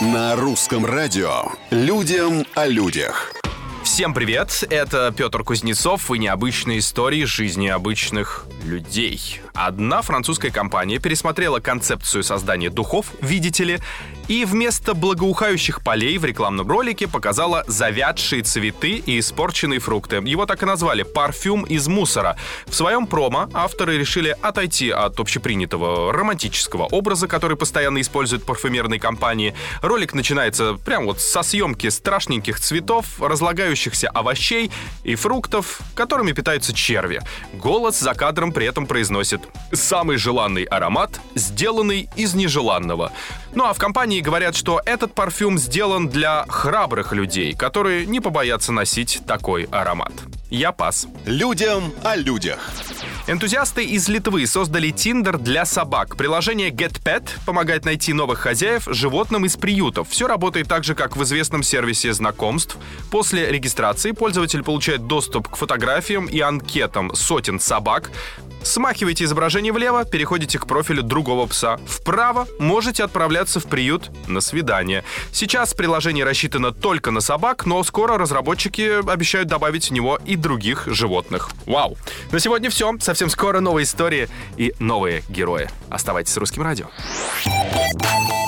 На русском радио «Людям о людях». Всем привет, это Петр Кузнецов и необычные истории жизни обычных людей. Одна французская компания пересмотрела концепцию создания духов, видите ли, и вместо благоухающих полей в рекламном ролике показала завядшие цветы и испорченные фрукты. Его так и назвали «парфюм из мусора». В своем промо авторы решили отойти от общепринятого романтического образа, который постоянно используют парфюмерные компании. Ролик начинается прямо вот со съемки страшненьких цветов, разлагающихся овощей и фруктов, которыми питаются черви. Голос за кадром при этом произносит: «Самый желанный аромат, сделанный из нежеланного». Ну а в компании говорят, что этот парфюм сделан для храбрых людей, которые не побоятся носить такой аромат. Я пас. Людям о людях. Энтузиасты из Литвы создали Tinder для собак. Приложение GetPet помогает найти новых хозяев животным из приютов. Все работает так же, как в известном сервисе знакомств. После регистрации пользователь получает доступ к фотографиям и анкетам сотен собак. Смахиваете изображение влево, переходите к профилю другого пса. Вправо можете отправляться в приют на свидание. Сейчас приложение рассчитано только на собак, но скоро разработчики обещают добавить в него и других животных. Вау! На сегодня все. Совсем скоро новые истории и новые герои. Оставайтесь с Русским радио.